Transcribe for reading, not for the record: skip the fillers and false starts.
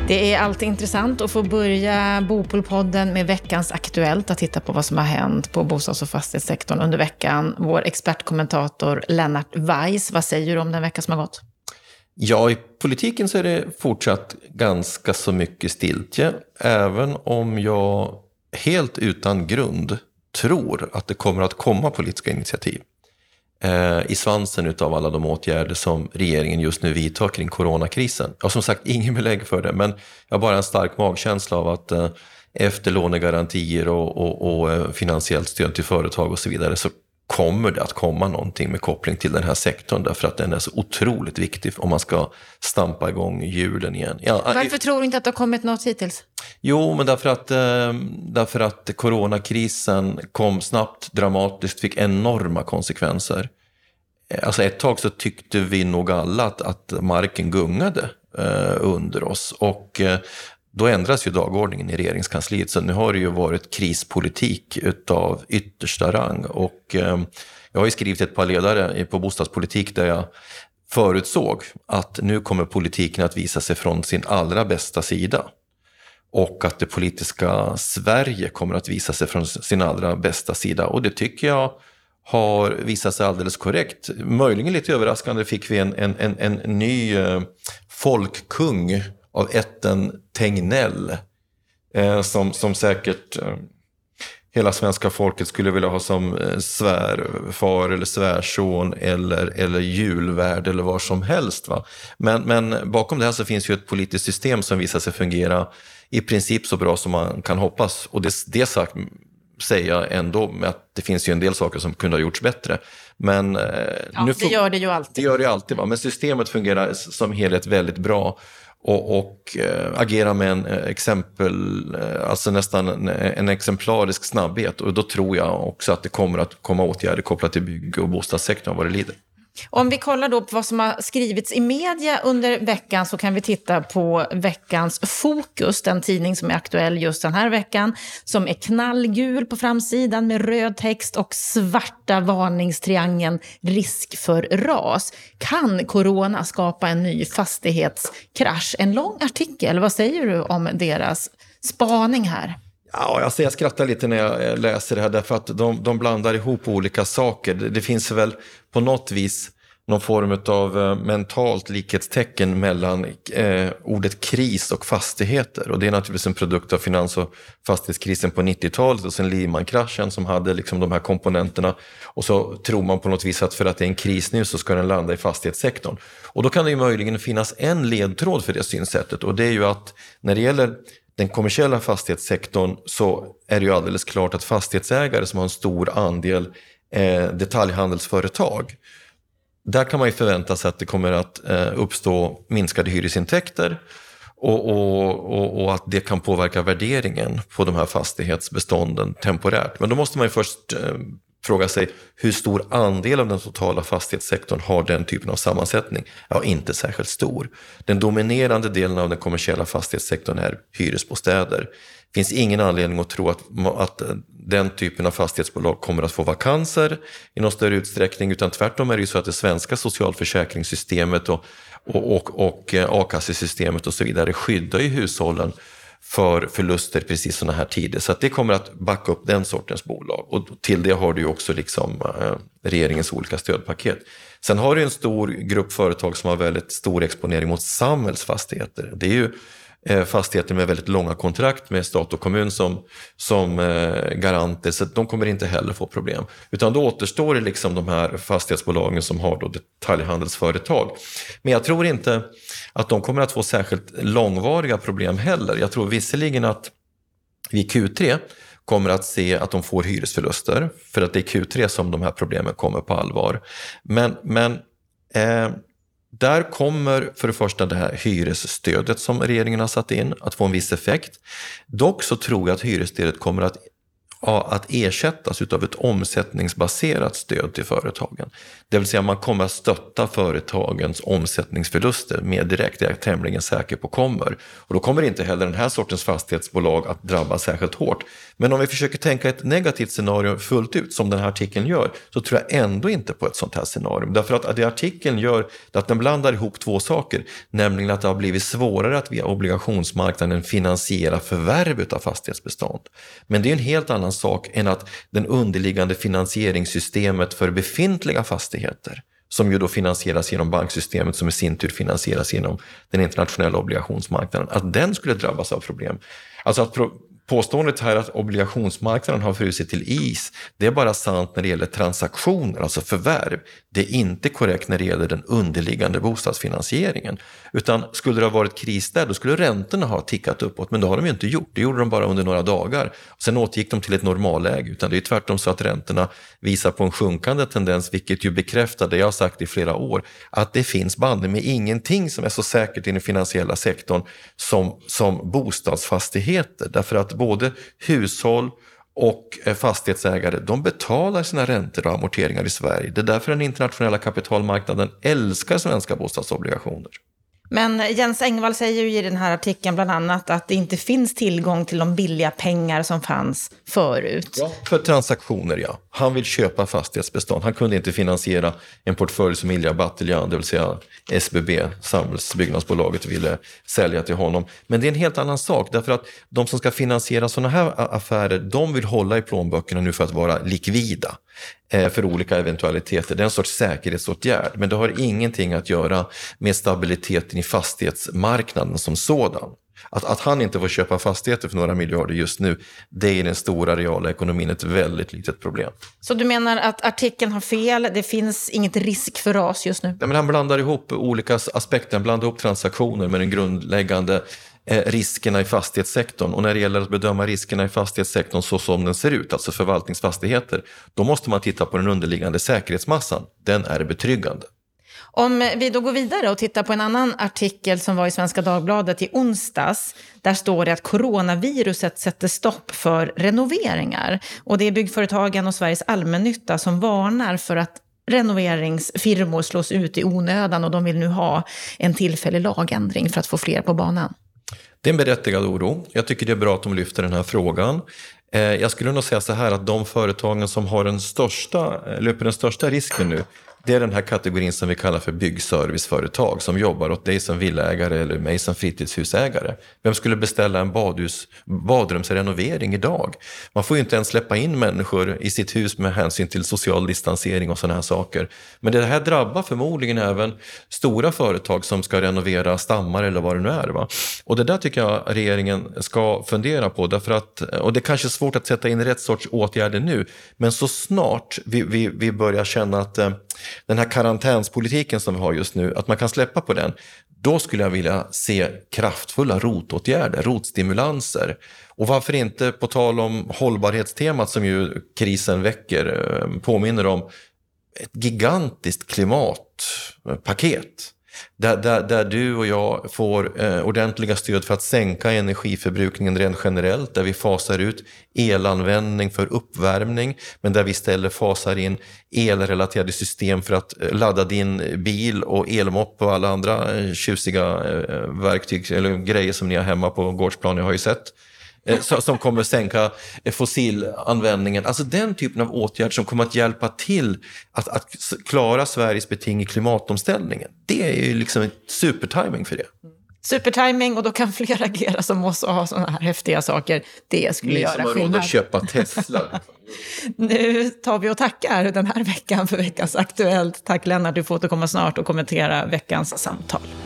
Det är alltid intressant att få börja Bopolpodden med veckans Aktuellt, att titta på vad som har hänt på bostads- och fastighetssektorn under veckan. Vår expertkommentator Lennart Weiss, vad säger du om den vecka som har gått? Ja, i politiken så är det fortsatt ganska så mycket stiltje, även om jag helt utan grund tror att det kommer att komma politiska initiativ i svansen utav alla de åtgärder som regeringen just nu vidtar kring coronakrisen. Jag har som sagt ingen belägg för det, men jag har bara en stark magkänsla av att efter lånegarantier och finansiellt stöd till företag och så vidare så kommer det att komma någonting med koppling till den här sektorn, därför att den är så otroligt viktig om man ska stampa igång hjulen igen. Ja, varför tror du inte att det har kommit något hittills? Jo, men därför att coronakrisen kom snabbt, dramatiskt, fick enorma konsekvenser. Alltså ett tag så tyckte vi nog alla att marken gungade under oss, och då ändras ju dagordningen i regeringskansliet, så nu har det ju varit krispolitik utav yttersta rang, och jag har ju skrivit ett par ledare på bostadspolitik där jag förutsåg att nu kommer politiken att visa sig från sin allra bästa sida, och att det politiska Sverige kommer att visa sig från sin allra bästa sida, och det tycker jag har visat sig alldeles korrekt. Möjligen lite överraskande fick vi en ny folkkung av ätten Tegnell, som säkert hela svenska folket skulle vilja ha som svärfar eller svärson eller julvärd eller vad som helst. Va? Men bakom det här så finns ju ett politiskt system som visar sig fungera i princip så bra som man kan hoppas. Och det sagt säger jag ändå med att det finns ju en del saker som kunde ha gjorts bättre. Men det gör det ju alltid. Det gör det alltid, va? Men systemet fungerar som helhet väldigt bra. Och agera med alltså nästan en exemplarisk snabbhet, och då tror jag också att det kommer att komma åtgärder kopplat till bygg- och bostadssektorn vad det lider. Om vi kollar då på vad som har skrivits i media under veckan, så kan vi titta på veckans Fokus, den tidning som är aktuell just den här veckan, som är knallgul på framsidan med röd text och svarta varningstriangeln risk för ras. Kan corona skapa en ny fastighetskrasch? En lång artikel, vad säger du om deras spaning här? Ja, alltså jag skrattar lite när jag läser det här, därför att de blandar ihop olika saker. Det finns väl på något vis någon form av mentalt likhetstecken mellan ordet kris och fastigheter. Och det är naturligtvis en produkt av finans- och fastighetskrisen på 90-talet och sen Lehman-kraschen som hade liksom de här komponenterna. Och så tror man på något vis att för att det är en kris nu så ska den landa i fastighetssektorn. Och då kan det ju möjligen finnas en ledtråd för det synsättet, och det är ju att när det gäller den kommersiella fastighetssektorn så är det ju alldeles klart att fastighetsägare som har en stor andel detaljhandelsföretag, där kan man ju förvänta sig att det kommer att uppstå minskade hyresintäkter och att det kan påverka värderingen på de här fastighetsbestånden temporärt. Men då måste man ju först fråga sig hur stor andel av den totala fastighetssektorn har den typen av sammansättning. Ja, inte särskilt stor. Den dominerande delen av den kommersiella fastighetssektorn är hyresbostäder. Det finns ingen anledning att tro att den typen av fastighetsbolag kommer att få vakanser i någon större utsträckning, utan tvärtom är det ju så att det svenska socialförsäkringssystemet och a-kassesystemet och så vidare skyddar ju hushållen för förluster precis sådana här tider. Så att det kommer att backa upp den sortens bolag. Och till det har du ju också liksom regeringens olika stödpaket. Sen har du en stor grupp företag som har väldigt stor exponering mot samhällsfastigheter. Det är ju fastigheter med väldigt långa kontrakt med stat och kommun som garanter, så de kommer inte heller få problem. Utan då återstår det liksom de här fastighetsbolagen som har då detaljhandelsföretag. Men jag tror inte att de kommer att få särskilt långvariga problem heller. Jag tror visserligen att vi i Q3 kommer att se att de får hyresförluster, för att det är Q3 som de här problemen kommer på allvar. Men där kommer för det första det här hyresstödet som regeringen har satt in att få en viss effekt. Dock så tror jag att hyresstödet kommer att att ersättas utav ett omsättningsbaserat stöd till företagen. Det vill säga man kommer att stötta företagens omsättningsförluster mer direkt, det är jag tämligen säker på kommer. Och då kommer inte heller den här sortens fastighetsbolag att drabbas särskilt hårt. Men om vi försöker tänka ett negativt scenario fullt ut som den här artikeln gör, så tror jag ändå inte på ett sånt här scenario. Därför att det artikeln gör är att den blandar ihop två saker, nämligen att det har blivit svårare att via obligationsmarknaden finansiera förvärv av fastighetsbestånd. Men det är en helt annan sak än att den underliggande finansieringssystemet för befintliga fastigheter, som ju då finansieras genom banksystemet som i sin tur finansieras genom den internationella obligationsmarknaden, att den skulle drabbas av problem. Alltså att påståendet här att obligationsmarknaden har frusit till is, det är bara sant när det gäller transaktioner, alltså förvärv. Det är inte korrekt när det gäller den underliggande bostadsfinansieringen. Utan skulle det ha varit kris där, då skulle räntorna ha tickat uppåt, men det har de ju inte gjort. Det gjorde de bara under några dagar. Sen återgick de till ett normalläge, utan det är tvärtom så att räntorna visar på en sjunkande tendens, vilket ju bekräftar det jag har sagt i flera år, att det finns bandet med ingenting som är så säkert i den finansiella sektorn som bostadsfastigheter. Därför att både hushåll och fastighetsägare, de betalar sina räntor och amorteringar i Sverige. Det är därför den internationella kapitalmarknaden älskar svenska bostadsobligationer. Men Jens Engvall säger ju i den här artikeln bland annat att det inte finns tillgång till de billiga pengar som fanns förut. Ja, för transaktioner, ja. Han vill köpa fastighetsbestånd. Han kunde inte finansiera en portfölj som Ilja Batljan, det vill säga SBB, samhällsbyggnadsbolaget, ville sälja till honom. Men det är en helt annan sak, därför att de som ska finansiera sådana här affärer, de vill hålla i plånböckerna nu för att vara likvida för olika eventualiteter. Det är en sorts säkerhetsåtgärd, men det har ingenting att göra med stabiliteten i fastighetsmarknaden som sådan. Att han inte får köpa fastigheter för några miljarder just nu, det är i den stora reala ekonomin ett väldigt litet problem. Så du menar att artikeln har fel, det finns inget risk för ras just nu? Ja, men han blandar ihop olika aspekter, han blandar ihop transaktioner med den grundläggande riskerna i fastighetssektorn. Och när det gäller att bedöma riskerna i fastighetssektorn så som den ser ut, alltså förvaltningsfastigheter, då måste man titta på den underliggande säkerhetsmassan. Den är betryggande. Om vi då går vidare och tittar på en annan artikel som var i Svenska Dagbladet i onsdags, där står det att coronaviruset sätter stopp för renoveringar. Och det är byggföretagen och Sveriges allmännytta som varnar för att renoveringsfirmor slås ut i onödan, och de vill nu ha en tillfällig lagändring för att få fler på banan. Det är en berättigad oro. Jag tycker det är bra att de lyfter den här frågan. Jag skulle nog säga så här att de företagen som har löper den största risken nu, det är den här kategorin som vi kallar för byggserviceföretag som jobbar åt dig som villägare eller mig som fritidshusägare. Vem skulle beställa en badrumsrenovering idag? Man får ju inte ens släppa in människor i sitt hus med hänsyn till social distansering och sådana här saker. Men det här drabbar förmodligen även stora företag som ska renovera stammar eller vad det nu är. Va? Och det där tycker jag regeringen ska fundera på. Därför att, och det är kanske svårt att sätta in rätt sorts åtgärder nu, men så snart vi börjar känna att den här karantänspolitiken som vi har just nu, att man kan släppa på den, då skulle jag vilja se kraftfulla rotåtgärder, rotstimulanser. Och varför inte, på tal om hållbarhetstemat som ju krisen väcker, påminner om ett gigantiskt klimatpaket. Där du och jag får ordentliga stöd för att sänka energiförbrukningen rent generellt, där vi fasar ut elanvändning för uppvärmning, men där vi istället fasar in elrelaterade system för att ladda din bil och elmopp och alla andra tjusiga verktyg eller grejer som ni har hemma på gårdsplan, jag har ju sett. Som kommer sänka fossilanvändningen. Alltså den typen av åtgärder som kommer att hjälpa till att klara Sveriges beting i klimatomställningen. Det är ju liksom en supertiming för det. Supertiming, och då kan fler agera som oss och ha sådana här häftiga saker. Det skulle göra skillnad. Ni som har råd att köpa Tesla. Nu tar vi och tackar den här veckan för veckans Aktuellt. Tack Lennart, du får återkomma snart och kommentera veckans samtal.